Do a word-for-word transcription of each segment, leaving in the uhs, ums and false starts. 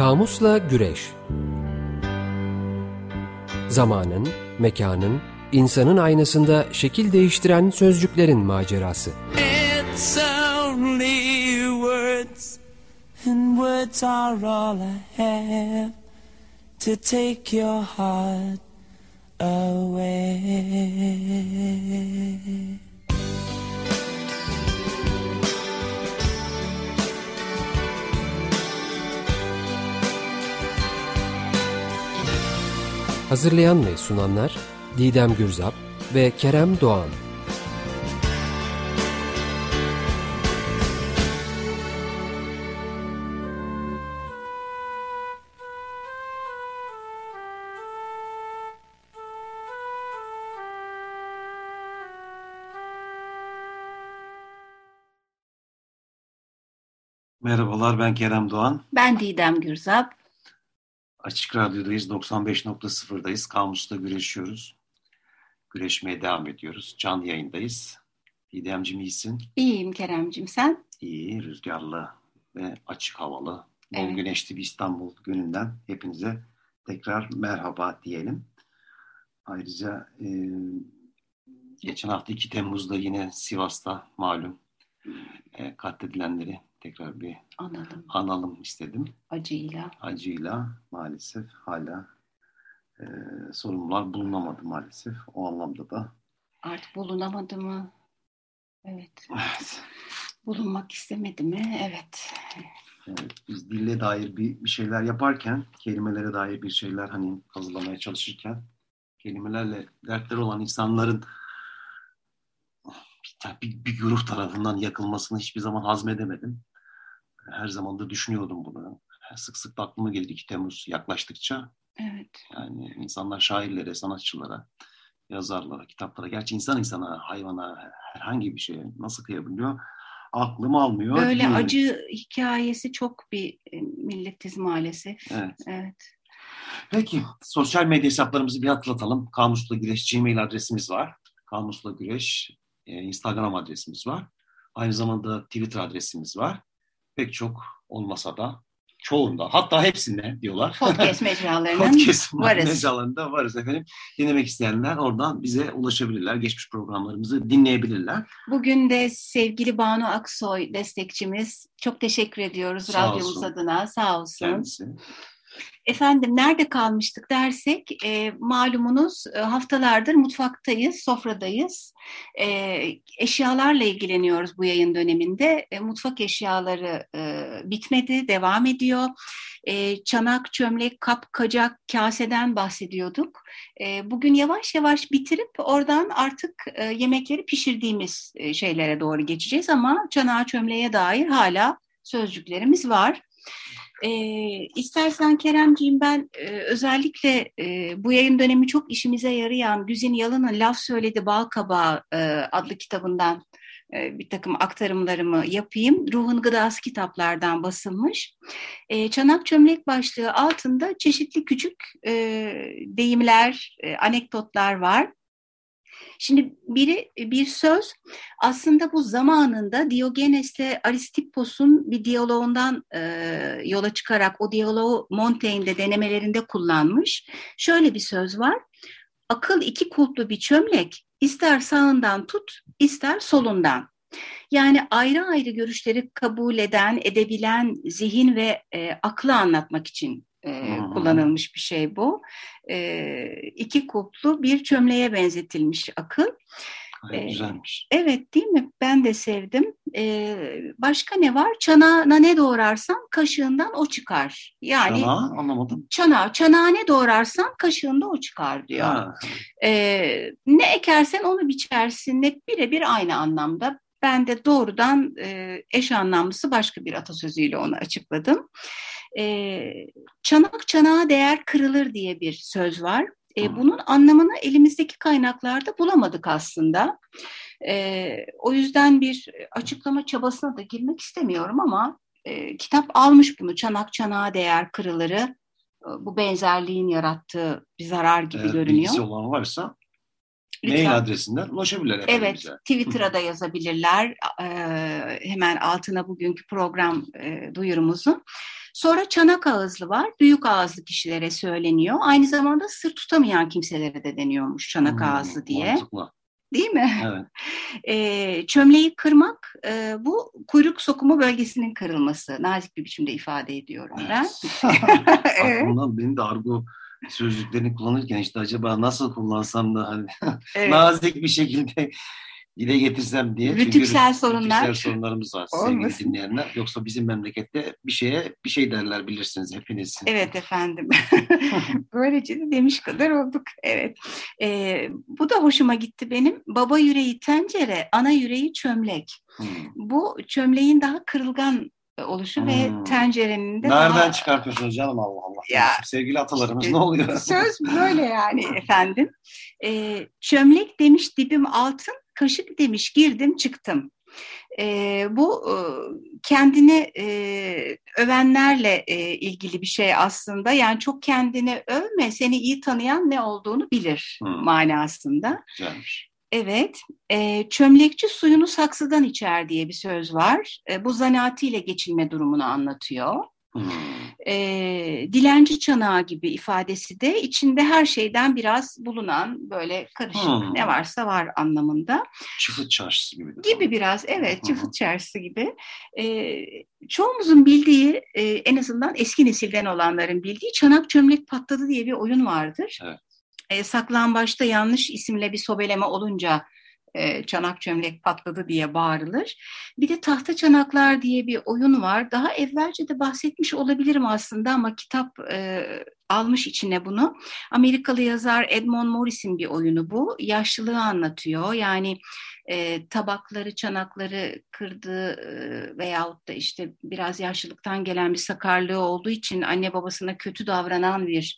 Kamusla Güreş. Zamanın, mekanın, insanın aynasında şekil değiştiren sözcüklerin macerası. It's only words, and words are all I have to take your heart away. Hazırlayan ve sunanlar Didem Gürzap ve Kerem Doğan. Merhabalar, ben Kerem Doğan. Ben Didem Gürzap. Açık Radyo'dayız, doksan beş nokta sıfırdayız. Kamusla güreşiyoruz. Güreşmeye devam ediyoruz. Canlı yayındayız. Didemciğim iyisin. İyiyim Keremciğim, sen? İyi, rüzgarlı ve açık havalı, bol Evet. güneşli bir İstanbul gününden hepinize tekrar merhaba diyelim. Ayrıca e, geçen hafta iki Temmuz'da yine Sivas'ta malum e, katledilenleri tekrar bir Analım. analım istedim. Acıyla. Acıyla maalesef hala e, sorumlular bulunamadı maalesef. O anlamda da. Artık bulunamadı mı? Evet. Evet. Bulunmak istemedi mi? Evet. Evet, biz dille dair bir, bir şeyler yaparken, kelimelere dair bir şeyler hani hazırlamaya çalışırken, kelimelerle dertleri olan insanların bir, bir, bir güruh tarafından yakılmasını hiçbir zaman hazmedemedim. Her zaman da düşünüyordum bunu. Sık sık da aklıma geldi iki Temmuz yaklaştıkça. Evet. Yani insanlar şairlere, sanatçılara, yazarlara, kitaplara, gerçi insan insana, hayvana, herhangi bir şeye nasıl kıyabiliyor? Aklım almıyor. Böyle değil. acı hikayesi çok bir e, milletiz maalesef. Evet. Evet. Peki, sosyal medya hesaplarımızı bir hatırlatalım. Kamusla Güreş Gmail adresimiz var. Kamusla Güreş e, Instagram adresimiz var. Aynı zamanda Twitter adresimiz var. Pek çok olmasa da çoğunda, hatta hepsinde diyorlar. Podcast mecralarının Podcast varız. mecralarında varız efendim. Dinlemek isteyenler oradan bize ulaşabilirler. Geçmiş programlarımızı dinleyebilirler. Bugün de sevgili Banu Aksoy destekçimiz. Çok teşekkür ediyoruz Sağ radyomuz olsun. adına. Sağ olsun. Kendisi. Efendim nerede kalmıştık dersek e, malumunuz e, haftalardır mutfaktayız, sofradayız. E, eşyalarla ilgileniyoruz bu yayın döneminde. E, mutfak eşyaları e, bitmedi, devam ediyor. E, çanak, çömlek, kap, kacak, kaseden bahsediyorduk. E, bugün yavaş yavaş bitirip oradan artık e, yemekleri pişirdiğimiz e, şeylere doğru geçeceğiz ama çanağa, çömleğe dair hala sözcüklerimiz var. E, istersen Keremciğim ben e, özellikle e, bu yayın dönemi çok işimize yarayan Güzin Yalın'ın Laf Söyledi Bal Kabağı e, adlı kitabından e, bir takım aktarımlarımı yapayım. Ruhun Gıdası kitaplardan basılmış. E, çanak çömlek başlığı altında çeşitli küçük e, deyimler, e, anekdotlar var. Şimdi biri bir söz aslında bu zamanında Diogenes'le Aristippos'un bir diyaloğundan e, yola çıkarak o diyaloğu Montaigne'de denemelerinde kullanmış. Şöyle bir söz var. Akıl iki kulplu bir çömlek, ister sağından tut, ister solundan. Yani ayrı ayrı görüşleri kabul eden, edebilen zihin ve e, aklı anlatmak için e, kullanılmış bir şey bu. E, iki kulplu bir çömleğe benzetilmiş akıl. Gayet güzelmiş. E, evet değil mi? Ben de sevdim. E, başka ne var? Çanağına ne doğrarsan kaşığından o çıkar. Yani Çanağı anlamadım. Çanağı, çanağa ne doğrarsan kaşığında o çıkar diyor. Ha. E, ne ekersen onu biçersin. Ne birebir aynı anlamda. Ben de doğrudan e, eş anlamlısı başka bir atasözüyle onu açıkladım. E, çanak çanağa değer kırılır diye bir söz var. E, bunun anlamını elimizdeki kaynaklarda bulamadık aslında. E, o yüzden bir açıklama çabasına da girmek istemiyorum ama e, kitap almış bunu. Çanak çanağa değer kırılırı. E, bu benzerliğin yarattığı bir zarar gibi Eğer görünüyor. bilgisi olan varsa Lütfen. mail adresinden ulaşabilirler efendim Evet, bize. Twitter'a da yazabilirler. Ee, hemen altına bugünkü program e, duyurumuzun. Sonra çanak ağızlı var. Büyük ağızlı kişilere söyleniyor. Aynı zamanda sır tutamayan kimselere de deniyormuş çanak Hmm, ağızlı diye. mantıklı. Değil mi? Evet. E, çömleği kırmak e, bu kuyruk sokumu bölgesinin kırılması. Nazik bir biçimde ifade ediyorum ben. Evet. Aklımdan benim de argo sözcüklerini kullanırken işte acaba nasıl kullansam da hani Evet. nazik bir şekilde dile getirsem diye. Rütüksel Çünkü sorunlar. rütüksel sorunlarımız var Olmasın. sevgili dinleyenler. Yoksa bizim memlekette bir şeye bir şey derler bilirsiniz hepiniz. Evet efendim. Böylece de demiş kadar olduk. Evet. Ee, bu da hoşuma gitti benim. Baba yüreği tencere, ana yüreği çömlek. Hmm. Bu çömleğin daha kırılgan oluşu Hmm. ve tencerenin de Nereden daha... çıkartıyorsunuz canım Allah Allah. Ya, sevgili atalarımız işte, ne oluyor? Söz böyle yani efendim. Ee, çömlek demiş dibim altın, kaşık demiş girdim çıktım. E, bu e, kendini e, övenlerle e, ilgili bir şey aslında. Yani çok kendini övme, seni iyi tanıyan ne olduğunu bilir hmm. manasında. Güzelmiş. Evet, e, çömlekçi suyunu saksıdan içer diye bir söz var. E, bu zanaatiyle geçinme durumunu anlatıyor. Hmm. E, dilenci çanağı gibi ifadesi de içinde her şeyden biraz bulunan böyle karışık hmm. ne varsa var anlamında. Çıfıt çarşısı gibi. Gibi biraz evet hmm. çıfıt çarşısı gibi. E, çoğumuzun bildiği e, en azından eski nesilden olanların bildiği çanak çömlek patladı diye bir oyun vardır. Evet. E, saklambaçta yanlış isimle bir sobeleme olunca e, çanak çömlek patladı diye bağırılır. Bir de tahta çanaklar diye bir oyun var. Daha evvelce de bahsetmiş olabilirim aslında ama kitap e, almış içine bunu. Amerikalı yazar Edmond Morris'in bir oyunu bu. Yaşlılığı anlatıyor. Yani e, tabakları, çanakları kırdığı e, veyahut da işte biraz yaşlılıktan gelen bir sakarlığı olduğu için anne babasına kötü davranan bir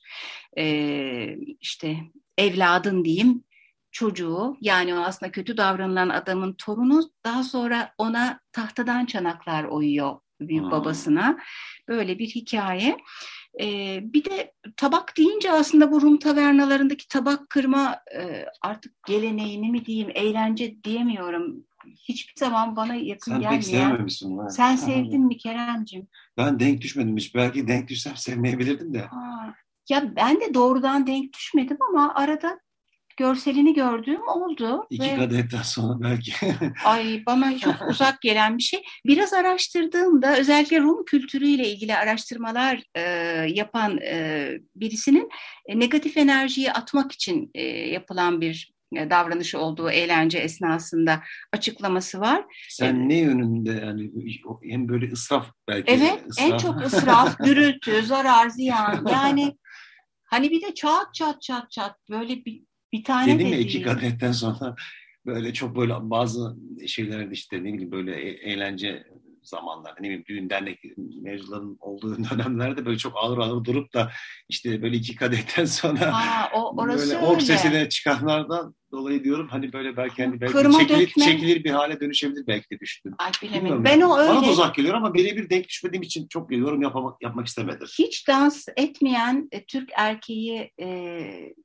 e, işte evladın diyeyim çocuğu, yani o aslında kötü davranılan adamın torunu daha sonra ona tahtadan çanaklar oyuyor büyük hmm. babasına. Böyle bir hikaye. Ee, bir de tabak deyince aslında bu Rum tavernalarındaki tabak kırma e, artık geleneğini mi diyeyim, eğlence diyemiyorum. Hiçbir zaman bana yakın Sen gelmeyen. Sen pek sevmemişsin. Ha. Sen sevdin mi Keremcim? Ben denk düşmedim hiç. Belki denk düşsem sevmeyebilirdim de. Ha. Ya ben de doğrudan denk düşmedim ama arada görselini gördüğüm oldu. İki ve... kadehten sonra belki. Ay bana çok uzak gelen bir şey. Biraz araştırdığımda özellikle Rum kültürüyle ilgili araştırmalar e, yapan e, birisinin e, negatif enerjiyi atmak için e, yapılan bir e, davranış olduğu eğlence esnasında açıklaması var. Sen e, ne yönünde yani hem böyle israf belki. Evet ısraf. En çok israf, gürültü, zarar, ziyan yani hani bir de çat çat çat çat böyle bir Bir tane Dedim de ya iki değil. kadetten sonra böyle çok böyle bazı şeylerde işte ne bileyim böyle eğlence zamanlarda ne bileyim düğün dernek mevzuların olduğu dönemlerde böyle çok ağır ağır durup da işte böyle iki kadehten sonra ha, o, böyle ork sesine çıkanlardan dolayı diyorum hani böyle belki hani belki çekilir, çekilir bir hale dönüşebilir belki de düşündüm. Ay bilemedim. Ben o öyle. Bana da uzak geliyor ama birebir denk düşmediğim için çok yorum yapmak, yapmak istemedim. Hiç dans etmeyen e, Türk erkeği e,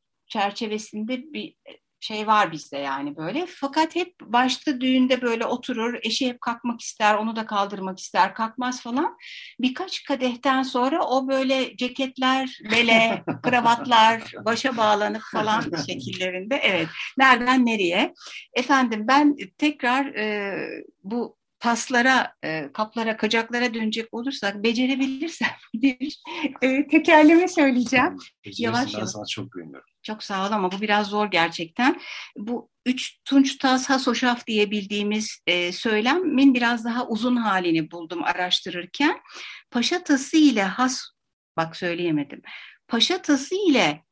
çerçevesinde bir şey var bizde yani böyle. Fakat hep başta düğünde böyle oturur, eşi hep kalkmak ister, onu da kaldırmak ister, kalkmaz falan. Birkaç kadehten sonra o böyle ceketler, bele, kravatlar, başa bağlanıp falan şekillerinde. Evet, nereden nereye? Efendim ben tekrar e, bu taslara, e, kaplara, kacaklara dönecek olursak becerebilirsem bir e, tekerleme söyleyeceğim. Yavaş yavaş. Sana çok güveniyorum. Çok sağ ol ama bu biraz zor gerçekten. Bu üç tunç tas has hoşaf diye bildiğimiz e, söylemin biraz daha uzun halini buldum araştırırken. Paşa tası ile has, bak söyleyemedim. Paşa tası ile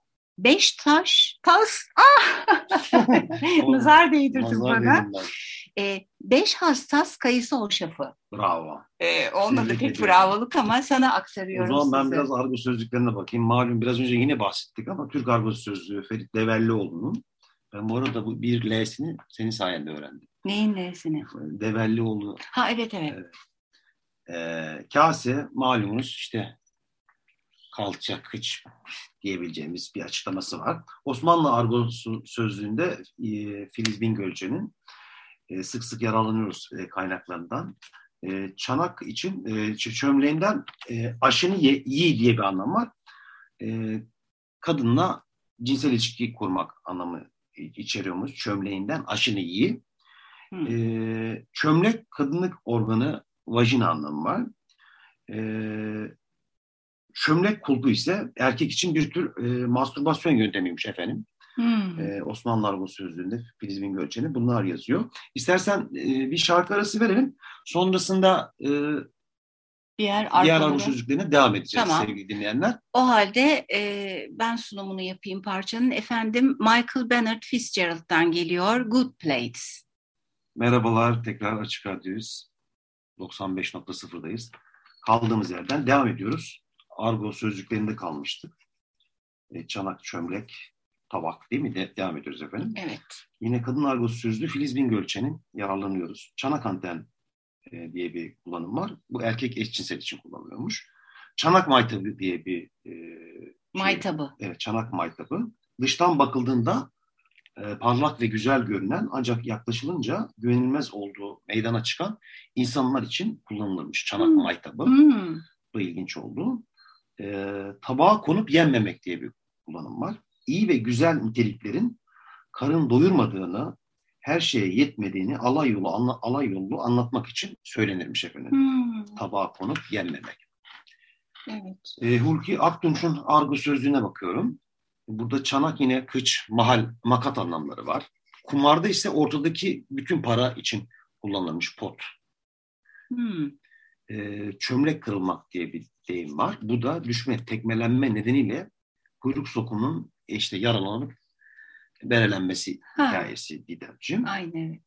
beş taş tas, ah! Nazar değdirdin bana. E, beş hassas kayısı hoşafı. Bravo. E, olmadı pek bravoluk ama sana aktarıyorum. O zaman ben size. biraz argo sözlüklerine bakayım. Malum biraz önce yine bahsettik ama Türk argo sözlüğü Ferit Devellioğlu'nun. Ben bu arada bu bir L'sini senin sayende öğrendim. Neyin L'sini? Devellioğlu. Ha evet evet. E, e, kase malumunuz işte kalça, kıç diyebileceğimiz bir açıklaması var. Osmanlı argo sözlüğünde e, Filiz Bingölçen'in e, sık sık yararlanıyoruz e, kaynaklarından. E, çanak için e, çömleğinden e, aşını ye, yiy diye bir anlam var. E, kadınla cinsel ilişki kurmak anlamı içeriyormuş. Çömleğinden aşını yiy. Hmm. E, çömlek kadınlık organı, vajina anlamı var. E, çömlek kulpu ise erkek için bir tür e, mastürbasyon yöntemiymiş efendim. Hmm. Ee, Osmanlı Argo Sözlüğü'nde Filiz Bingölçen'in bunlar yazıyor. İstersen e, bir şarkı arası verelim. Sonrasında e, Diğer diğer Argo argolara. Sözlüklerine devam edeceğiz Tamam. sevgili dinleyenler. O halde e, ben sunumunu yapayım parçanın. Efendim Michael Bennett Fitzgerald'dan geliyor. Good Plates. Merhabalar, tekrar Açık Radyo'yuz. doksan beş nokta sıfırdayız. Kaldığımız yerden devam ediyoruz. Argo Sözlüklerinde kalmıştık. E, çanak, çömlek, tabak değil mi? De- devam ediyoruz efendim. Evet. Yine kadın argo sözlüğü Filiz Bingölçen'in yararlanıyoruz. Çanak anten e, diye bir kullanım var. Bu erkek eşcinsel için kullanılıyormuş. Çanak maytabı diye bir e, şey, Maytabı. Evet, çanak maytabı. Dıştan bakıldığında e, parlak ve güzel görünen ancak yaklaşılınca güvenilmez olduğu meydana çıkan insanlar için kullanılırmış. Çanak Hmm. maytabı. Hmm. Bu ilginç oldu. E, tabağa konup yenmemek diye bir kullanım var. İyi ve güzel niteliklerin karın doyurmadığını, her şeye yetmediğini alay yolu anla, alay yolu anlatmak için söylenirmiş efendim. Hmm. Tabağa konup yenmemek. Evet. E, Hulki Aktunç'un argo sözlüğüne bakıyorum. Burada çanak yine kıç, mahal, makat anlamları var. Kumarda ise ortadaki bütün para için kullanılmış pot. Hmm. E, çömlek kırılmak diye bir deyim var. Bu da düşme, tekmelenme nedeniyle kuyruk sokumunun işte yaralanıp berelenmesi Ha. hikayesi Didemciğim. Aynen evet.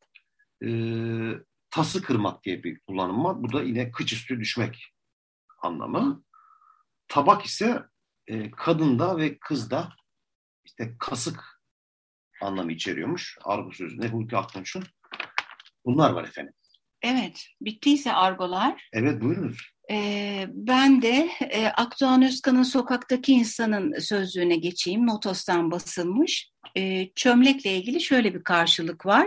Ee, tası kırmak diye bir kullanım var. Bu da yine kıç üstü düşmek anlamı. Tabak ise e, kadında ve kızda işte kasık anlamı içeriyormuş. Argo sözünde Hulki Aktunç'un. Bunlar var efendim. Evet. Bittiyse argolar. Evet buyurunuz. Ee, ben de e, Akdoğan Özkan'ın Sokaktaki İnsanın sözlüğüne geçeyim. Notos'tan basılmış. E, çömlekle ilgili şöyle bir karşılık var.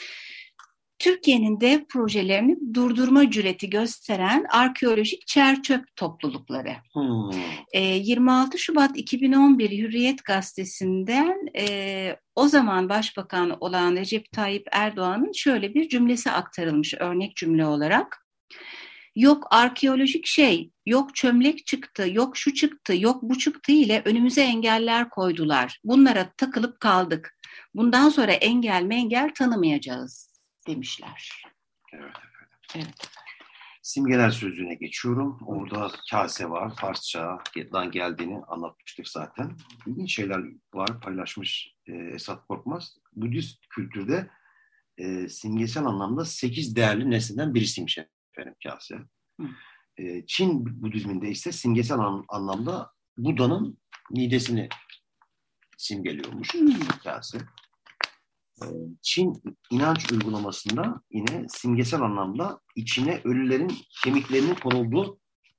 Türkiye'nin dev projelerini durdurma cüreti gösteren arkeolojik çer-çöp toplulukları. Hmm. E, yirmi altı Şubat iki bin on bir Hürriyet Gazetesi'nden e, o zaman Başbakan olan Recep Tayyip Erdoğan'ın şöyle bir cümlesi aktarılmış örnek cümle olarak. Yok arkeolojik şey, yok çömlek çıktı, yok şu çıktı, yok bu çıktı ile önümüze engeller koydular. Bunlara takılıp kaldık. Bundan sonra engel mengel tanımayacağız demişler. Evet efendim. Evet. Simgeler sözlüğüne geçiyorum. Orada kase var. Farsçadan geldiğini anlatmıştık zaten. İlginç şeyler var paylaşmış e, Esat Korkmaz. Budist kültürde e, simgesel anlamda sekiz değerli nesneden birisiymiş efendim kase. Hı. E, Çin Budizminde ise simgesel an, anlamda Buda'nın midesini simgeliyormuş Hı. kase. E, Çin inanç uygulamasında yine simgesel anlamda içine ölülerin kemiklerinin konulduğu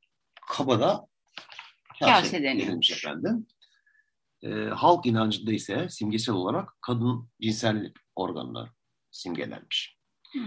kabada kase, Kase deniyormuş. denilmiş efendim. E, halk inancında ise simgesel olarak kadın cinsel organlar simgelenmiş. Hı.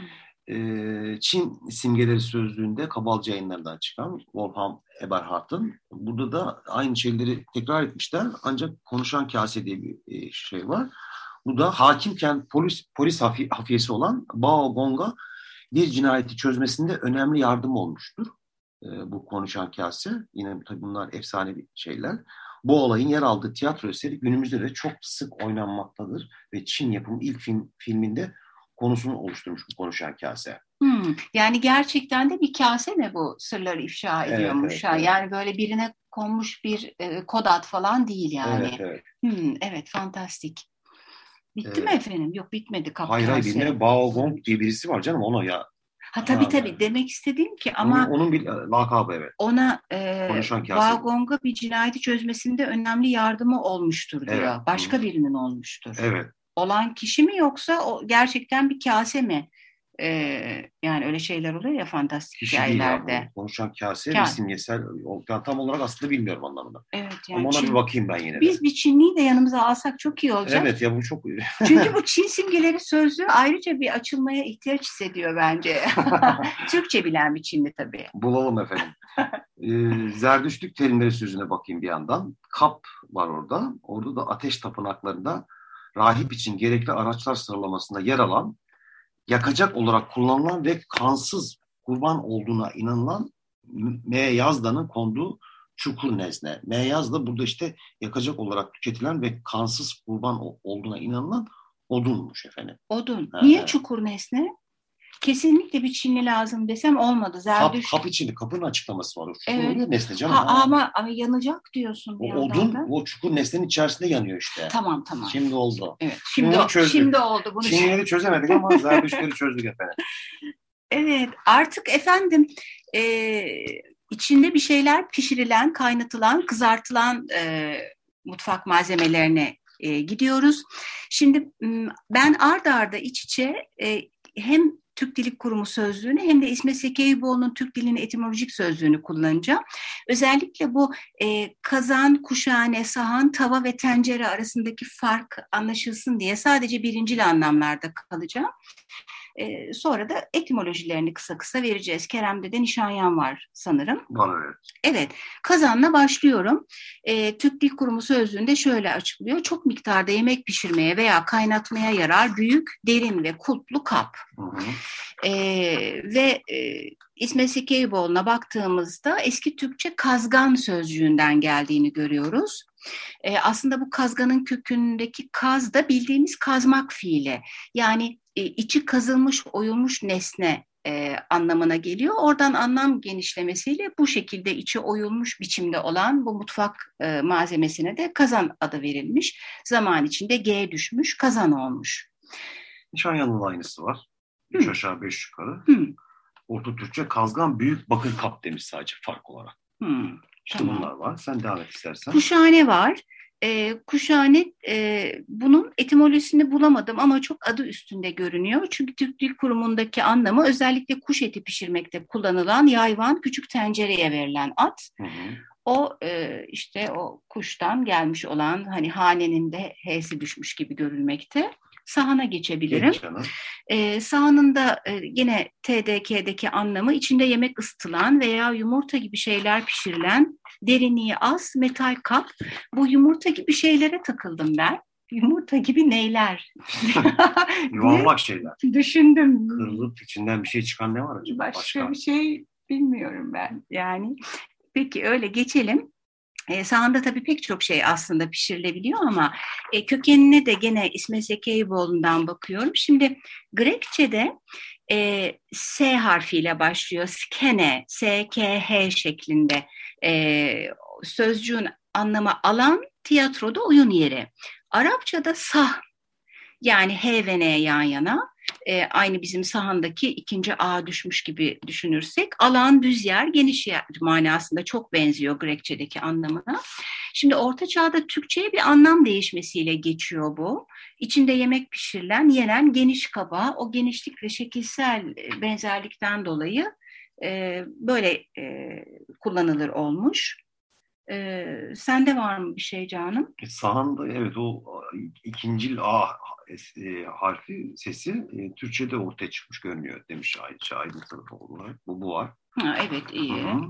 Ee, Çin simgeleri sözlüğünde Kabalcı yayınlarından çıkan Wolfram Eberhard'ın burada da aynı şeyleri tekrar etmişler ancak konuşan kase diye bir şey var. Bu da hakimken polis polis hafi, hafiyesi olan Bao Gong'a bir cinayeti çözmesinde önemli yardım olmuştur. Ee, bu konuşan kase yine tabii bunlar efsanevi şeyler. Bu olayın yer aldığı tiyatro eseri günümüzde de çok sık oynanmaktadır ve Çin yapımı ilk film, filminde konusunu oluşturmuş bu konuşan kase. Hmm, yani gerçekten de bir kase mi bu sırları ifşa ediyormuş? Evet, evet, ha? evet. Yani böyle birine konmuş bir e, kod ad falan değil yani. Evet, evet. Hmm, evet, fantastik. Bitti Evet. mi efendim? Yok bitmedi kap Hayır hayır kase. birine Bao Gong diye birisi var canım ona ya. Ha tabii Ha, tabii evet. demek istediğim ki ama Onun, onun bir lakabı evet. ona e, Konuşan kase. Bagong'a bir cinayeti çözmesinde önemli yardımı olmuştur diyor. Evet. Başka Hı. birinin olmuştur. Evet. Olan kişi mi yoksa o gerçekten bir kase mi Ee, yani öyle şeyler oluyor ya fantastik Kişi değil ya bu. hikayelerde. Konuşan kase Ka- ve simgesel. O- Yani tam olarak aslında bilmiyorum anlamını. Evet Ama yani ona bir Çin, bakayım ben yine de. biz bir Çinliyi de yanımıza alsak çok iyi olacak. Evet ya bu çok... Çünkü bu Çin simgeleri sözlüğü ayrıca bir açılmaya ihtiyaç hissediyor bence. Türkçe bilen bir Çinli tabii. Bulalım efendim. Ee, Zerdüştlük terimleri sözüne bakayım bir yandan. Kap var orada. Orada da ateş tapınaklarında rahip için gerekli araçlar sıralamasında yer alan, yakacak olarak kullanılan ve kansız kurban olduğuna inanılan Meyazda'nın konduğu çukur nesne. Meyazda burada işte yakacak olarak tüketilen ve kansız kurban olduğuna inanılan odunmuş efendim. Odun. Ha, Niye evet. çukur nesne? Kesinlikle bir Çinli lazım desem olmadı. Kap, Zerdüşt. kap içinde kapının açıklaması var. O çukur Evet. oluyor nesne canım. Ha, Ha. ama, ama yanacak diyorsun bir O yandan odun da. o çukur nesnenin içerisinde yanıyor işte. Tamam tamam. Şimdi oldu. Evet. Şimdi, Bunu o- çözdük. şimdi oldu. Bunu Çinlileri çözemedik ama Zerdüştleri çözdük efendim. Evet, artık efendim e, içinde bir şeyler pişirilen, kaynatılan, kızartılan e, mutfak malzemelerine e, gidiyoruz. Şimdi m, ben ard arda iç içe e, hem Türk Dili Kurumu sözlüğünü hem de İsmet Zeki Eyüboğlu'nun Türk Dili'nin etimolojik sözlüğünü kullanacağım. Özellikle bu e, kazan, kuşhane, sahan, tava ve tencere arasındaki fark anlaşılsın diye sadece birincil anlamlarda kalacağım. Ee, sonra da etimolojilerini kısa kısa vereceğiz. Kerem'de de Nişanyan var sanırım. Bana evet. Evet, kazanla başlıyorum. Ee, Türk Dil Kurumu sözlüğünde şöyle açıklıyor. Çok miktarda yemek pişirmeye veya kaynatmaya yarar büyük, derin ve kulplu kap. Hı hı. Ee, ve e, İsmet Zeki Eyüboğlu'na baktığımızda eski Türkçe kazgan sözcüğünden geldiğini görüyoruz. Ee, aslında bu kazganın kökündeki kaz da bildiğimiz kazmak fiili. Yani e, içi kazılmış, oyulmuş nesne e, anlamına geliyor. Oradan anlam genişlemesiyle bu şekilde içi oyulmuş biçimde olan bu mutfak e, malzemesine de kazan adı verilmiş. Zaman içinde G düşmüş, kazan olmuş. Nişanyan'ın aynısı var. Üç Hı. aşağı beş yukarı. Hı. Orta Türkçe kazgan büyük bakır kap demiş sadece fark olarak. Hı. İşte Tamam. bunlar var. Sen devam et istersen. Kuşhane var. E, kuşhane e, bunun etimolojisini bulamadım ama çok adı üstünde görünüyor. Çünkü Türk Dil Kurumu'ndaki anlamı özellikle kuş eti pişirmekte kullanılan yayvan küçük tencereye verilen at. Hı hı. O e, işte o kuştan gelmiş olan hani hanenin de H'si düşmüş gibi görülmekte. Sahana geçebilirim. Geç canım. Ee, sahanın da e, yine T D K'deki anlamı içinde yemek ısıtılan veya yumurta gibi şeyler pişirilen derinliği az metal kap. Bu yumurta gibi şeylere takıldım ben. Yumurta gibi neyler? Yuvarlak şeyler. diye düşündüm. Kırılıp içinden bir şey çıkan ne var acaba? Başka, Başka. bir şey bilmiyorum ben yani. Peki öyle geçelim. E, sahanda tabii pek çok şey aslında pişirilebiliyor ama e, kökenine de gene İsmet Zeki Eyüboğlu'ndan bakıyorum. Şimdi Grekçe'de e, S harfiyle başlıyor. Skene, S K H şeklinde e, sözcüğün anlamı alan, tiyatroda oyun yeri. Arapçada sah, yani H ve N yan yana. E, aynı bizim sahandaki ikinci A düşmüş gibi düşünürsek alan, düz yer, geniş yer manasında çok benziyor Grekçedeki anlamına. Şimdi Orta Çağ'da Türkçe'ye bir anlam değişmesiyle geçiyor bu. İçinde yemek pişirilen, yenen geniş kaba, o genişlik ve şekilsel benzerlikten dolayı e, böyle e, kullanılır olmuş. E, sende var mı bir şey canım? E, Sahanda evet o ikincil A e, harfi sesi e, Türkçe'de ortaya çıkmış görünüyor demiş Ayça ayrıntılı olarak. Bu, bu var. Ha, evet iyi. Hı-hı.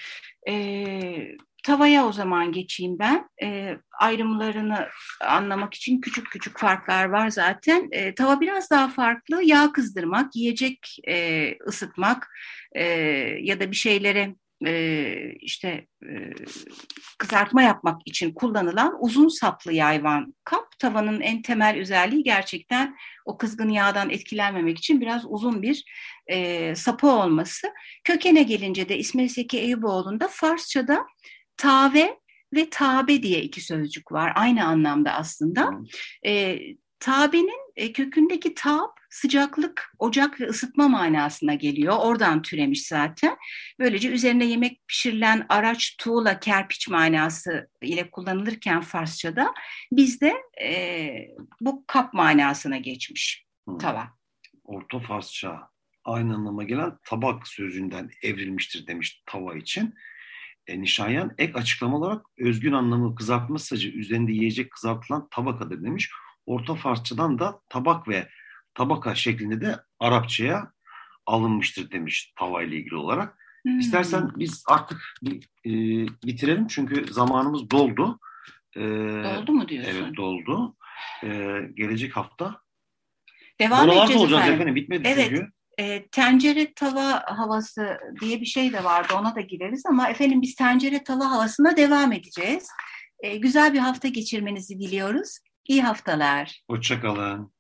E, tavaya o zaman geçeyim ben. E, ayrımlarını anlamak için küçük küçük farklar var zaten. E, tava biraz daha farklı. Yağ kızdırmak, yiyecek e, ısıtmak e, ya da bir şeylere e, işte e, kızartma yapmak için kullanılan uzun saplı yayvan kap. Tavanın en temel özelliği gerçekten o kızgın yağdan etkilenmemek için biraz uzun bir e, sapı olması. Kökene gelince de İsmet Zeki Eyüboğlu'nda Farsça'da tave ve tabe diye iki sözcük var. Aynı anlamda aslında. E, tabenin e, kökündeki tab sıcaklık, ocak ve ısıtma manasına geliyor. Oradan türemiş zaten. Böylece üzerine yemek pişirilen araç, tuğla, kerpiç manası ile kullanılırken Farsça'da bizde e, bu kap manasına geçmiş. Hı. Tava. Orta Farsça aynı anlama gelen tabak sözcüğünden evrilmiştir demiş tava için. E, Nişanyan ek açıklama olarak özgün anlamı kızartma sacı üzerinde yiyecek kızartılan tabakadır demiş. Orta Farsçadan da tabak ve tabaka şeklinde de Arapçaya alınmıştır demiş tava ile ilgili olarak. Hmm. İstersen biz artık bir, e, bitirelim çünkü zamanımız doldu. E, doldu mu diyorsun? Evet doldu. E, gelecek hafta devam edeceğiz olacağız efendim. efendim. Bitmedi evet. çünkü. E, tencere tava havası diye bir şey de vardı, ona da gireriz ama efendim biz tencere tava havasına devam edeceğiz. E, güzel bir hafta geçirmenizi diliyoruz. İyi haftalar. Hoşça kalın.